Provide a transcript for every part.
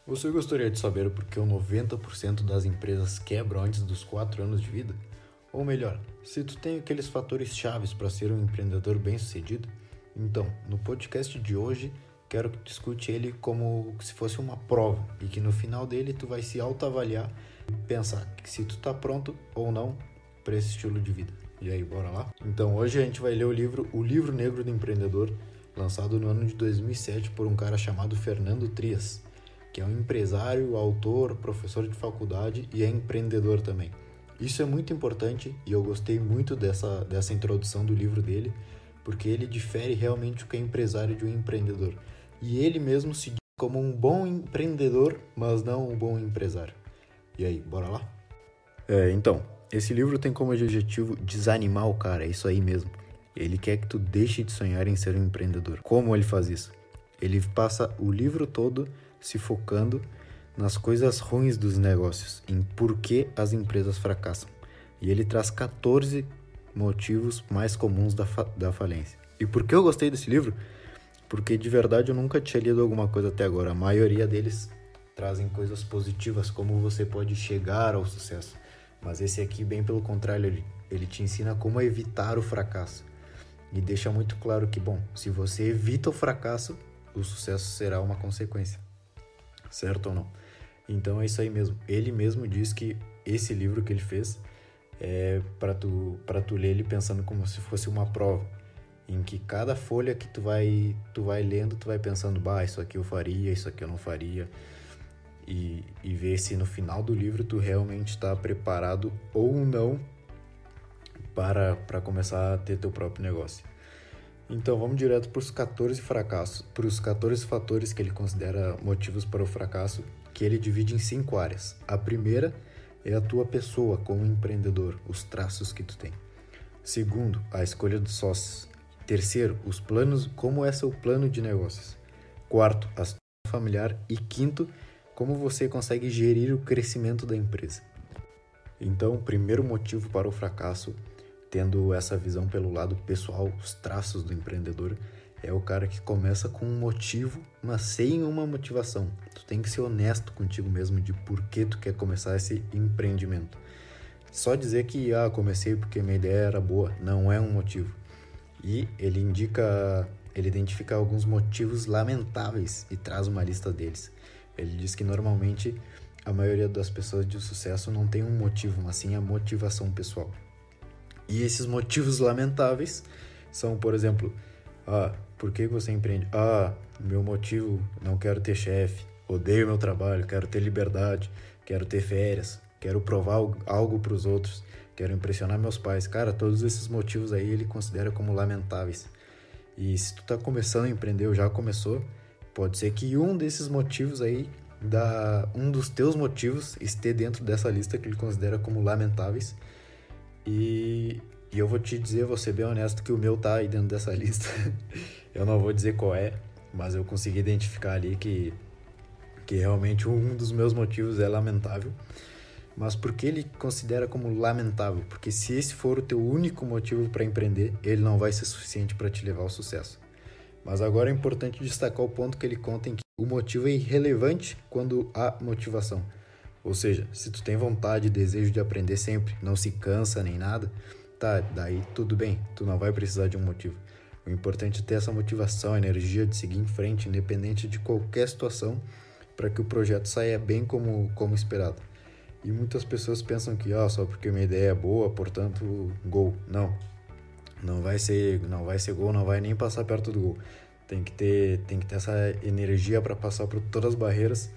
Você gostaria de saber por que o 90% das empresas quebram antes dos 4 anos de vida? Ou melhor, se tu tem aqueles fatores chaves para ser um empreendedor bem-sucedido? Então, no podcast de hoje, quero que tu escute ele como se fosse uma prova e que no final dele tu vai se autoavaliar e pensar se tu tá pronto ou não para esse estilo de vida. E aí, bora lá? Então, hoje a gente vai ler o livro Negro do Empreendedor, lançado no ano de 2007 por um cara chamado Fernando Trias, que é um empresário, autor, professor de faculdade e é empreendedor também. Isso é muito importante e eu gostei muito dessa introdução do livro dele, porque ele difere realmente o que é empresário de um empreendedor. E ele mesmo se diz como um bom empreendedor, mas não um bom empresário. E aí, bora lá? Então, esse livro tem como objetivo desanimar o cara, é isso aí mesmo. Ele quer que tu deixe de sonhar em ser um empreendedor. Como ele faz isso? Ele passa o livro todo se focando nas coisas ruins dos negócios, em por que as empresas fracassam. E ele traz 14 motivos mais comuns da falência. E por que eu gostei desse livro? Porque de verdade eu nunca tinha lido alguma coisa até agora. A maioria deles trazem coisas positivas, como você pode chegar ao sucesso. Mas esse aqui, bem pelo contrário, ele te ensina como evitar o fracasso. E deixa muito claro que, bom, se você evita o fracasso, o sucesso será uma consequência. Certo ou não? Então é isso aí mesmo. Ele mesmo diz que esse livro que ele fez é para tu ler ele pensando como se fosse uma prova, em que cada folha que tu vai lendo, tu vai pensando, isso aqui eu faria, isso aqui eu não faria, e ver se no final do livro tu realmente está preparado ou não para começar a ter teu próprio negócio. Então vamos direto para os 14 fatores que ele considera motivos para o fracasso, que ele divide em 5 áreas. A primeira é a tua pessoa como empreendedor, os traços que tu tem. Segundo, a escolha dos sócios. Terceiro, os planos, como é seu plano de negócios. Quarto, a situação familiar. E quinto, como você consegue gerir o crescimento da empresa. Então, o primeiro motivo para o fracasso, tendo essa visão pelo lado pessoal, os traços do empreendedor, é o cara que começa com um motivo, mas sem uma motivação. Tu tem que ser honesto contigo mesmo de por que tu quer começar esse empreendimento. Só dizer que comecei porque minha ideia era boa, não é um motivo. E ele identifica alguns motivos lamentáveis e traz uma lista deles. Ele diz que normalmente a maioria das pessoas de sucesso não tem um motivo, mas sim a motivação pessoal. E esses motivos lamentáveis são, por exemplo, por que você empreende? Meu motivo, não quero ter chefe, odeio meu trabalho, quero ter liberdade, quero ter férias, quero provar algo para os outros, quero impressionar meus pais. Cara, todos esses motivos aí ele considera como lamentáveis. E se tu tá começando a empreender ou já começou, pode ser que um desses motivos aí, um dos teus motivos, esteja dentro dessa lista que ele considera como lamentáveis. E eu vou te dizer, vou ser bem honesto, que o meu tá aí dentro dessa lista. Eu não vou dizer qual é, mas eu consegui identificar ali que realmente um dos meus motivos é lamentável. Mas por que ele considera como lamentável? Porque se esse for o teu único motivo para empreender, ele não vai ser suficiente para te levar ao sucesso. Mas agora é importante destacar o ponto que ele conta em que o motivo é irrelevante quando há motivação. Ou seja, se tu tem vontade e desejo de aprender sempre, não se cansa nem nada, daí tudo bem, tu não vai precisar de um motivo. O importante é ter essa motivação, a energia de seguir em frente, independente de qualquer situação, para que o projeto saia bem como esperado. E muitas pessoas pensam que só porque minha ideia é boa, portanto, gol. Não vai ser gol, não vai nem passar perto do gol. Tem que ter essa energia para passar por todas as barreiras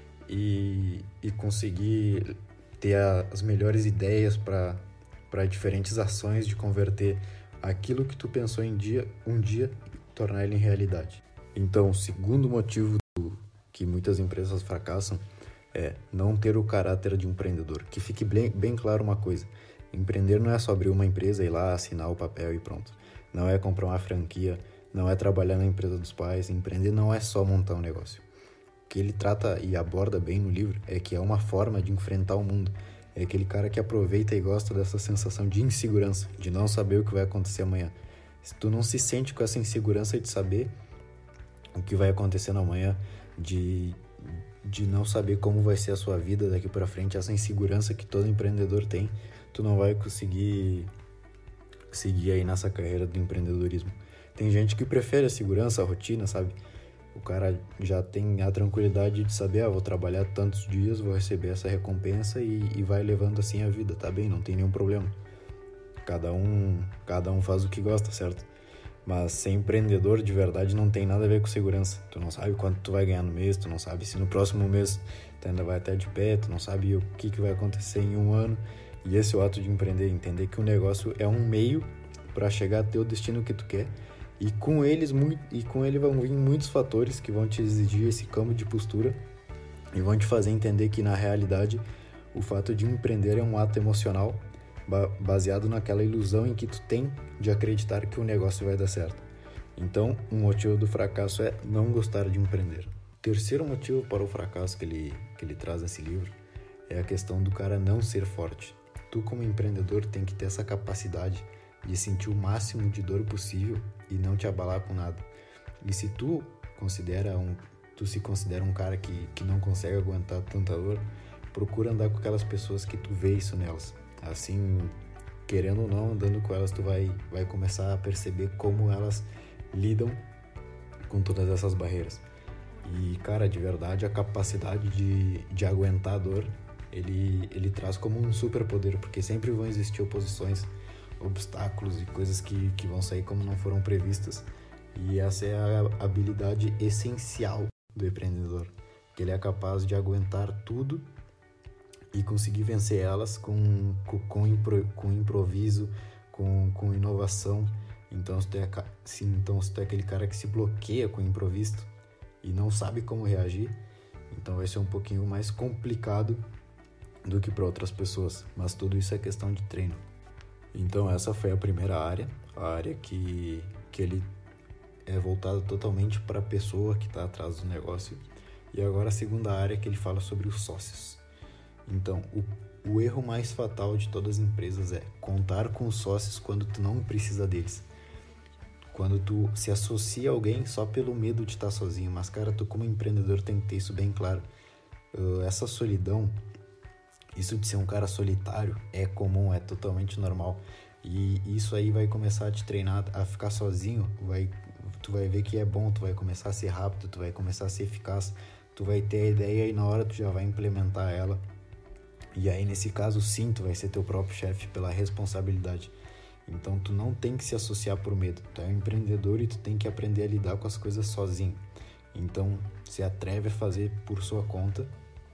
e conseguir ter as melhores ideias para diferentes ações de converter aquilo que tu pensou um dia e tornar ele em realidade. Então, o segundo motivo que muitas empresas fracassam é não ter o caráter de empreendedor. Que fique bem claro uma coisa: empreender não é só abrir uma empresa, ir lá, assinar o papel e pronto. Não é comprar uma franquia, não é trabalhar na empresa dos pais. Empreender não é só montar um negócio. O que ele trata e aborda bem no livro é que é uma forma de enfrentar o mundo. É aquele cara que aproveita e gosta dessa sensação de insegurança, de não saber o que vai acontecer amanhã. Se tu não se sente com essa insegurança de saber o que vai acontecer no amanhã, de de não saber como vai ser a sua vida daqui para frente, essa insegurança que todo empreendedor tem, tu não vai conseguir seguir aí nessa carreira do empreendedorismo. Tem gente que prefere a segurança, a rotina, sabe? O cara já tem a tranquilidade de saber, vou trabalhar tantos dias, vou receber essa recompensa e vai levando assim a vida, tá bem? Não tem nenhum problema. Cada um faz o que gosta, certo? Mas ser empreendedor de verdade não tem nada a ver com segurança. Tu não sabe quanto tu vai ganhar no mês, tu não sabe se no próximo mês tu ainda vai até de pé, tu não sabe o que vai acontecer em um ano. E esse é o ato de empreender, entender que o negócio é um meio para chegar a ter o destino que tu quer. E com ele vão vir muitos fatores que vão te exigir esse câmbio de postura e vão te fazer entender que na realidade o fato de empreender é um ato emocional baseado naquela ilusão em que tu tem de acreditar que o negócio vai dar certo. Então, um motivo do fracasso é não gostar de empreender. O terceiro motivo para o fracasso que ele traz nesse livro é a questão do cara não ser forte. Tu, como empreendedor, tem que ter essa capacidade de sentir o máximo de dor possível e não te abalar com nada. E se tu se considera um cara que não consegue aguentar tanta dor, procura andar com aquelas pessoas que tu vê isso nelas. Assim, querendo ou não, andando com elas, tu vai começar a perceber como elas lidam com todas essas barreiras. E, cara, de verdade, a capacidade de aguentar a dor, ele traz como um superpoder, porque sempre vão existir oposições, obstáculos e coisas que vão sair como não foram previstas. E essa é a habilidade essencial do empreendedor, que ele é capaz de aguentar tudo e conseguir vencer elas com improviso, com inovação. Então, se tu é aquele cara que se bloqueia com o improviso e não sabe como reagir, então vai ser um pouquinho mais complicado do que para outras pessoas. Mas tudo isso é questão de treino. Então, essa foi a primeira área, a área que ele é voltado totalmente para a pessoa que está atrás do negócio. E agora a segunda área que ele fala sobre os sócios. Então, o erro mais fatal de todas as empresas é contar com os sócios quando tu não precisa deles. Quando tu se associa a alguém só pelo medo de estar sozinho. Mas, cara, tu como empreendedor tem que ter isso bem claro. Essa solidão, isso de ser um cara solitário, é comum, é totalmente normal. E isso aí vai começar a te treinar a ficar sozinho. Tu vai ver que é bom, tu vai começar a ser rápido, tu vai começar a ser eficaz. Tu vai ter a ideia e na hora tu já vai implementar ela. E aí, nesse caso, sim, tu vai ser teu próprio chefe pela responsabilidade. Então, tu não tem que se associar por medo. Tu é um empreendedor e tu tem que aprender a lidar com as coisas sozinho. Então, se atreve a fazer por sua conta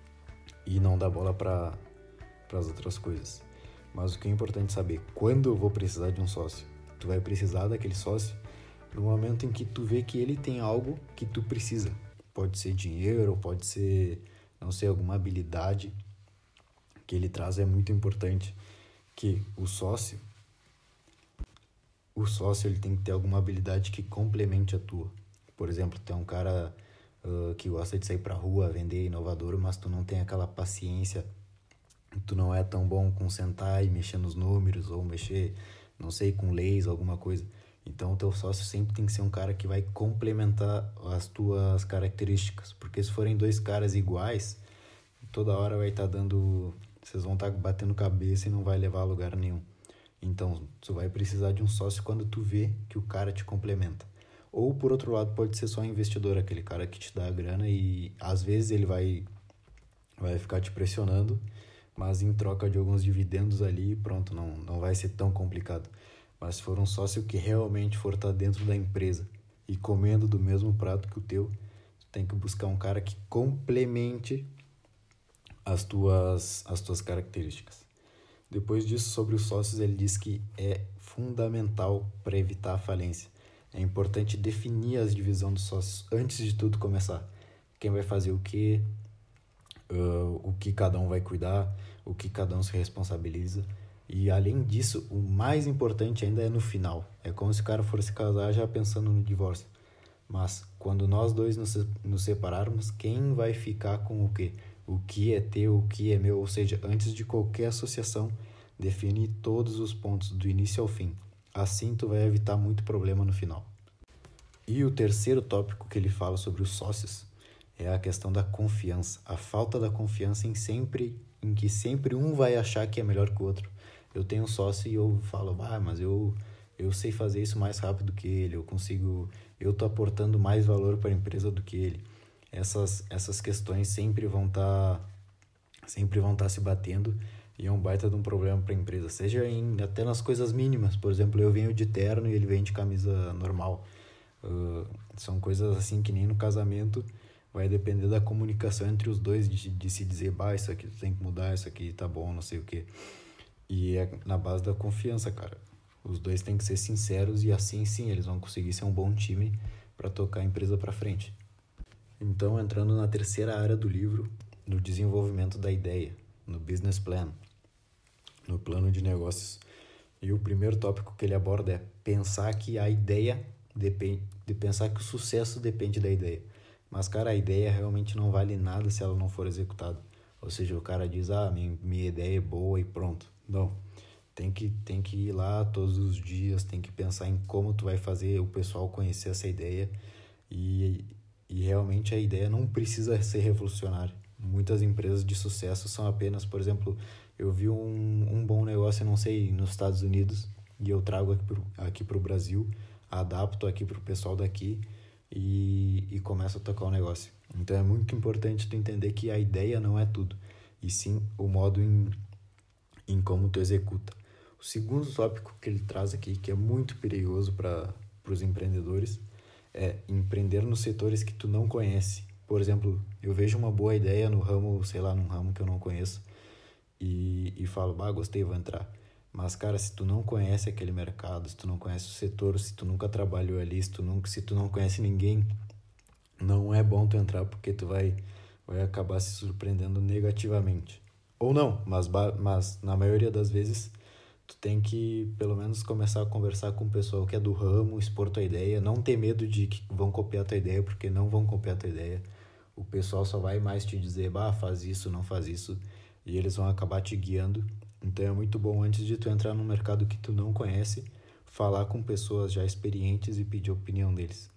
e não dá bola para as outras coisas. Mas o que é importante saber, quando eu vou precisar de um sócio? Tu vai precisar daquele sócio no momento em que tu vê que ele tem algo que tu precisa. Pode ser dinheiro, pode ser, não sei, alguma habilidade que ele traz. É muito importante que o sócio ele tem que ter alguma habilidade que complemente a tua. Por exemplo, tu é um cara que gosta de sair pra rua, vender inovador, mas tu não tem aquela paciência, tu não é tão bom com sentar e mexer nos números ou mexer, não sei, com leis, alguma coisa. Então o teu sócio sempre tem que ser um cara que vai complementar as tuas características, porque se forem dois caras iguais, toda hora vai estar vocês vão estar batendo cabeça e não vai levar a lugar nenhum. Então, tu vai precisar de um sócio quando tu vê que o cara te complementa. Ou, por outro lado, pode ser só um investidor, aquele cara que te dá a grana e, às vezes, ele vai ficar te pressionando, mas em troca de alguns dividendos ali, pronto, não vai ser tão complicado. Mas se for um sócio que realmente for estar dentro da empresa e comendo do mesmo prato que o teu, tu tem que buscar um cara que complemente as tuas características. Depois disso, sobre os sócios, ele diz que é fundamental para evitar a falência. É importante definir as divisões dos sócios antes de tudo começar. Quem vai fazer o quê, o que cada um vai cuidar, o que cada um se responsabiliza. E além disso, o mais importante ainda é no final. É como se o cara fosse se casar já pensando no divórcio. Mas quando nós dois nos separarmos, quem vai ficar com o quê? O que é teu, o que é meu? Ou seja, antes de qualquer associação, define todos os pontos do início ao fim. Assim tu vai evitar muito problema no final. E o terceiro tópico que ele fala sobre os sócios é a questão da confiança. A falta da confiança em que sempre um vai achar que é melhor que o outro. Eu tenho um sócio e eu falo, mas eu sei fazer isso mais rápido que ele, eu tô aportando mais valor para a empresa do que ele. Essas questões sempre vão estar se batendo e é um baita de um problema para a empresa, seja até nas coisas mínimas. Por exemplo, eu venho de terno e ele vem de camisa normal. São coisas assim que nem no casamento vai depender da comunicação entre os dois, de se dizer, isso aqui tu tem que mudar, isso aqui tá bom, não sei o quê. E é na base da confiança, cara. Os dois têm que ser sinceros e assim sim eles vão conseguir ser um bom time para tocar a empresa para frente. Então, entrando na terceira área do livro, no desenvolvimento da ideia, no business plan, no plano de negócios. E o primeiro tópico que ele aborda é pensar que a ideia pensar que o sucesso depende da ideia. Mas, cara, a ideia realmente não vale nada se ela não for executada. Ou seja, o cara diz, minha ideia é boa e pronto. Não. Tem que ir lá todos os dias, tem que pensar em como tu vai fazer o pessoal conhecer essa ideia. E realmente a ideia não precisa ser revolucionária. Muitas empresas de sucesso são apenas, por exemplo, eu vi um bom negócio, não sei, nos Estados Unidos, e eu trago aqui pro Brasil, adapto aqui pro pessoal daqui e começo a tocar o negócio. Então é muito importante tu entender que a ideia não é tudo, e sim o modo em como tu executa. O segundo tópico que ele traz aqui, que é muito perigoso para os empreendedores, é empreender nos setores que tu não conhece. Por exemplo, eu vejo uma boa ideia no ramo, num ramo que eu não conheço e falo, gostei, vou entrar. Mas, cara, se tu não conhece aquele mercado, se tu não conhece o setor, se tu nunca trabalhou ali, se tu não conhece ninguém, não é bom tu entrar porque tu vai acabar se surpreendendo negativamente. Ou não, mas na maioria das vezes tu tem que pelo menos começar a conversar com o pessoal que é do ramo, expor tua ideia, não ter medo de que vão copiar tua ideia, porque não vão copiar tua ideia. O pessoal só vai mais te dizer, faz isso, não faz isso, e eles vão acabar te guiando. Então é muito bom, antes de tu entrar num mercado que tu não conhece, falar com pessoas já experientes e pedir a opinião deles.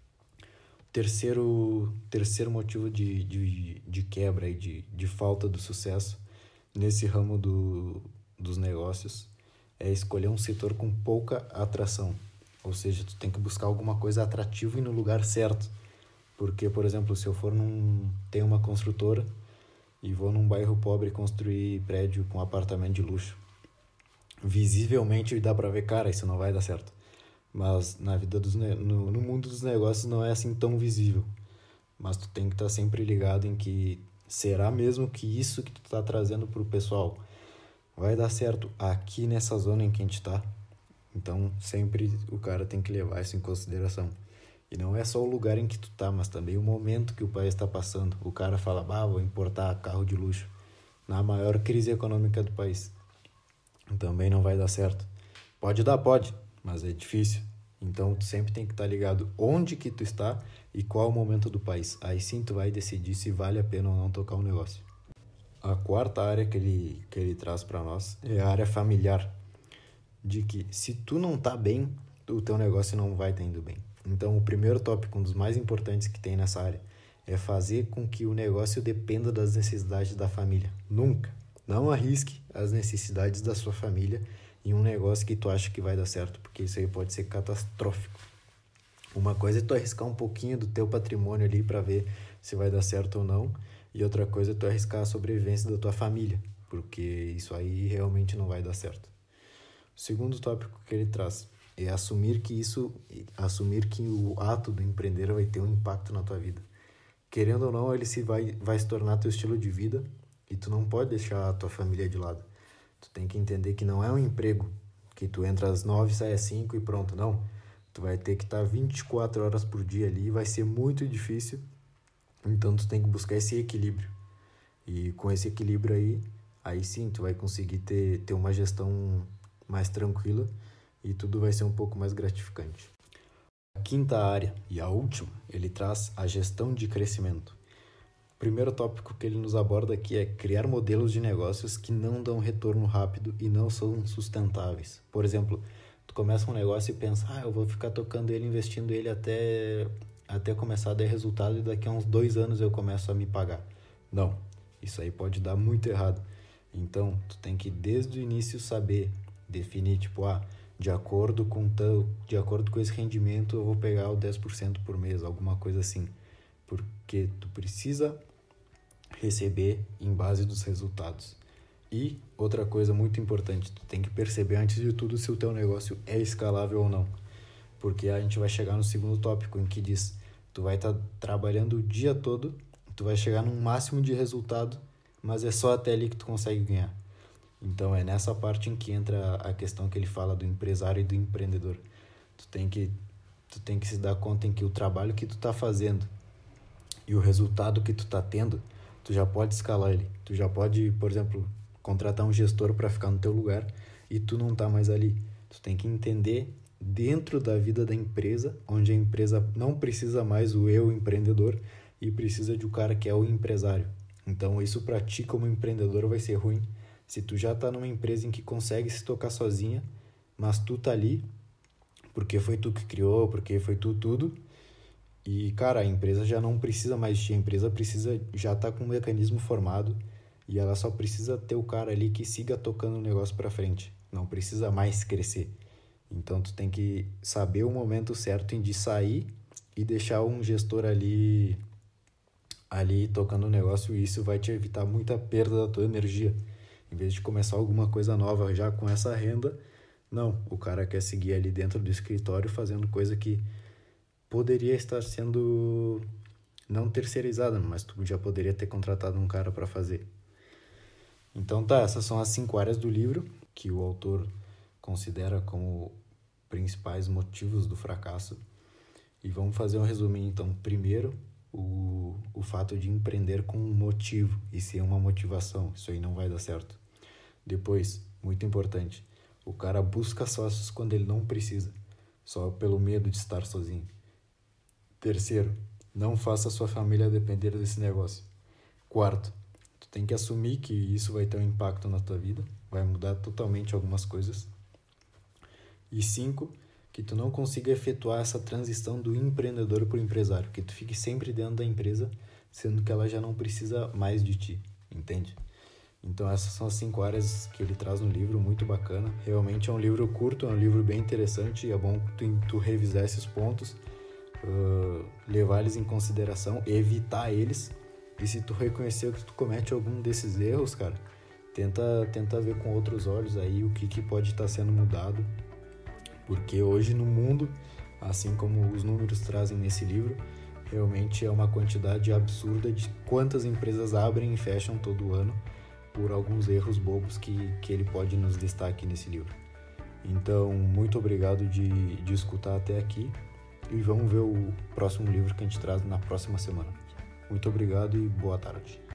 Terceiro motivo de quebra e de falta do sucesso nesse ramo dos negócios é escolher um setor com pouca atração. Ou seja, tu tem que buscar alguma coisa atrativa e no lugar certo. Porque, por exemplo, se eu for tem uma construtora e vou num bairro pobre construir prédio com apartamento de luxo, visivelmente dá pra ver, cara, isso não vai dar certo. Mas na vida no mundo dos negócios não é assim tão visível. Mas tu tem que estar sempre ligado em que será mesmo que isso que tu tá trazendo pro pessoal vai dar certo aqui nessa zona em que a gente tá. Então sempre o cara tem que levar isso em consideração. E não é só o lugar em que tu tá, mas também o momento que o país está passando. O cara fala, vou importar carro de luxo na maior crise econômica do país. Também não vai dar certo. Pode, mas é difícil. Então tu sempre tem que estar ligado onde que tu está e qual o momento do país. Aí sim tu vai decidir se vale a pena ou não tocar um negócio. A quarta área que ele traz para nós é a área familiar. De que se tu não tá bem, o teu negócio não vai estar indo bem. Então o primeiro tópico, um dos mais importantes que tem nessa área, é fazer com que o negócio dependa das necessidades da família. Nunca. Não arrisque as necessidades da sua família em um negócio que tu acha que vai dar certo, porque isso aí pode ser catastrófico. Uma coisa é tu arriscar um pouquinho do teu patrimônio ali para ver se vai dar certo ou não, e outra coisa é tu arriscar a sobrevivência da tua família, porque isso aí realmente não vai dar certo. O segundo tópico que ele traz é assumir que o ato do empreender vai ter um impacto na tua vida. Querendo ou não, ele vai se tornar teu estilo de vida e tu não pode deixar a tua família de lado. Tu tem que entender que não é um emprego que tu entra às 9, sai às 5 e pronto, não. Tu vai ter que estar 24 horas por dia ali, vai ser muito difícil. Então tu tem que buscar esse equilíbrio. E com esse equilíbrio aí sim tu vai conseguir ter uma gestão mais tranquila e tudo vai ser um pouco mais gratificante. A quinta área e a última, ele traz a gestão de crescimento. O primeiro tópico que ele nos aborda aqui é criar modelos de negócios que não dão retorno rápido e não são sustentáveis. Por exemplo, tu começa um negócio e pensa, eu vou ficar tocando ele, investindo ele até até começar a dar resultado e daqui a uns 2 anos eu começo a me pagar. Não, isso aí pode dar muito errado. Então, tu tem que desde o início saber definir, tipo, de acordo com esse rendimento eu vou pegar o 10% por mês, alguma coisa assim. Porque tu precisa receber em base dos resultados. E outra coisa muito importante, tu tem que perceber antes de tudo se o teu negócio é escalável ou não. Porque a gente vai chegar no segundo tópico, em que diz, tu vai estar trabalhando o dia todo, tu vai chegar num máximo de resultado, mas é só até ali que tu consegue ganhar. Então é nessa parte em que entra a questão que ele fala do empresário e do empreendedor. Tu tem que se dar conta em que o trabalho que tu tá fazendo e o resultado que tu tá tendo, tu já pode escalar ele. Tu já pode, por exemplo, contratar um gestor para ficar no teu lugar e tu não tá mais ali. Tu tem que entender dentro da vida da empresa, onde a empresa não precisa mais do eu empreendedor e precisa de um cara que é o empresário. Então isso para ti como empreendedor vai ser ruim. Se tu já tá numa empresa em que consegue se tocar sozinha, mas tu tá ali porque foi tu que criou, porque foi tu tudo, e cara, a empresa já não precisa mais de ti, a empresa já tá com um mecanismo formado e ela só precisa ter o cara ali que siga tocando o negócio para frente, não precisa mais crescer. Então tu tem que saber o momento certo de sair e deixar um gestor ali tocando o negócio, e isso vai te evitar muita perda da tua energia. Em vez de começar alguma coisa nova já com essa renda, não, o cara quer seguir ali dentro do escritório fazendo coisa que poderia estar sendo não terceirizada, mas tu já poderia ter contratado um cara para fazer. Então tá, essas são as 5 áreas do livro que o autor considera como principais motivos do fracasso. E vamos fazer um resuminho então. Primeiro, o fato de empreender com um motivo e sem uma motivação, isso aí não vai dar certo. Depois, muito importante, o cara busca sócios quando ele não precisa, só pelo medo de estar sozinho. Terceiro, não faça sua família depender desse negócio. Quarto, tu tem que assumir que isso vai ter um impacto na tua vida, vai mudar totalmente algumas coisas. E 5, que tu não consiga efetuar essa transição do empreendedor para o empresário, que tu fique sempre dentro da empresa, sendo que ela já não precisa mais de ti, entende? Então essas são as 5 áreas que ele traz no livro, muito bacana. Realmente é um livro curto, é um livro bem interessante, e é bom tu revisar esses pontos, levar eles em consideração, evitar eles. E se tu reconhecer que tu comete algum desses erros, cara, tenta ver com outros olhos aí o que pode estar sendo mudado. Porque hoje no mundo, assim como os números trazem nesse livro, realmente é uma quantidade absurda de quantas empresas abrem e fecham todo ano por alguns erros bobos que ele pode nos listar aqui nesse livro. Então, muito obrigado de escutar até aqui e vamos ver o próximo livro que a gente traz na próxima semana. Muito obrigado e boa tarde.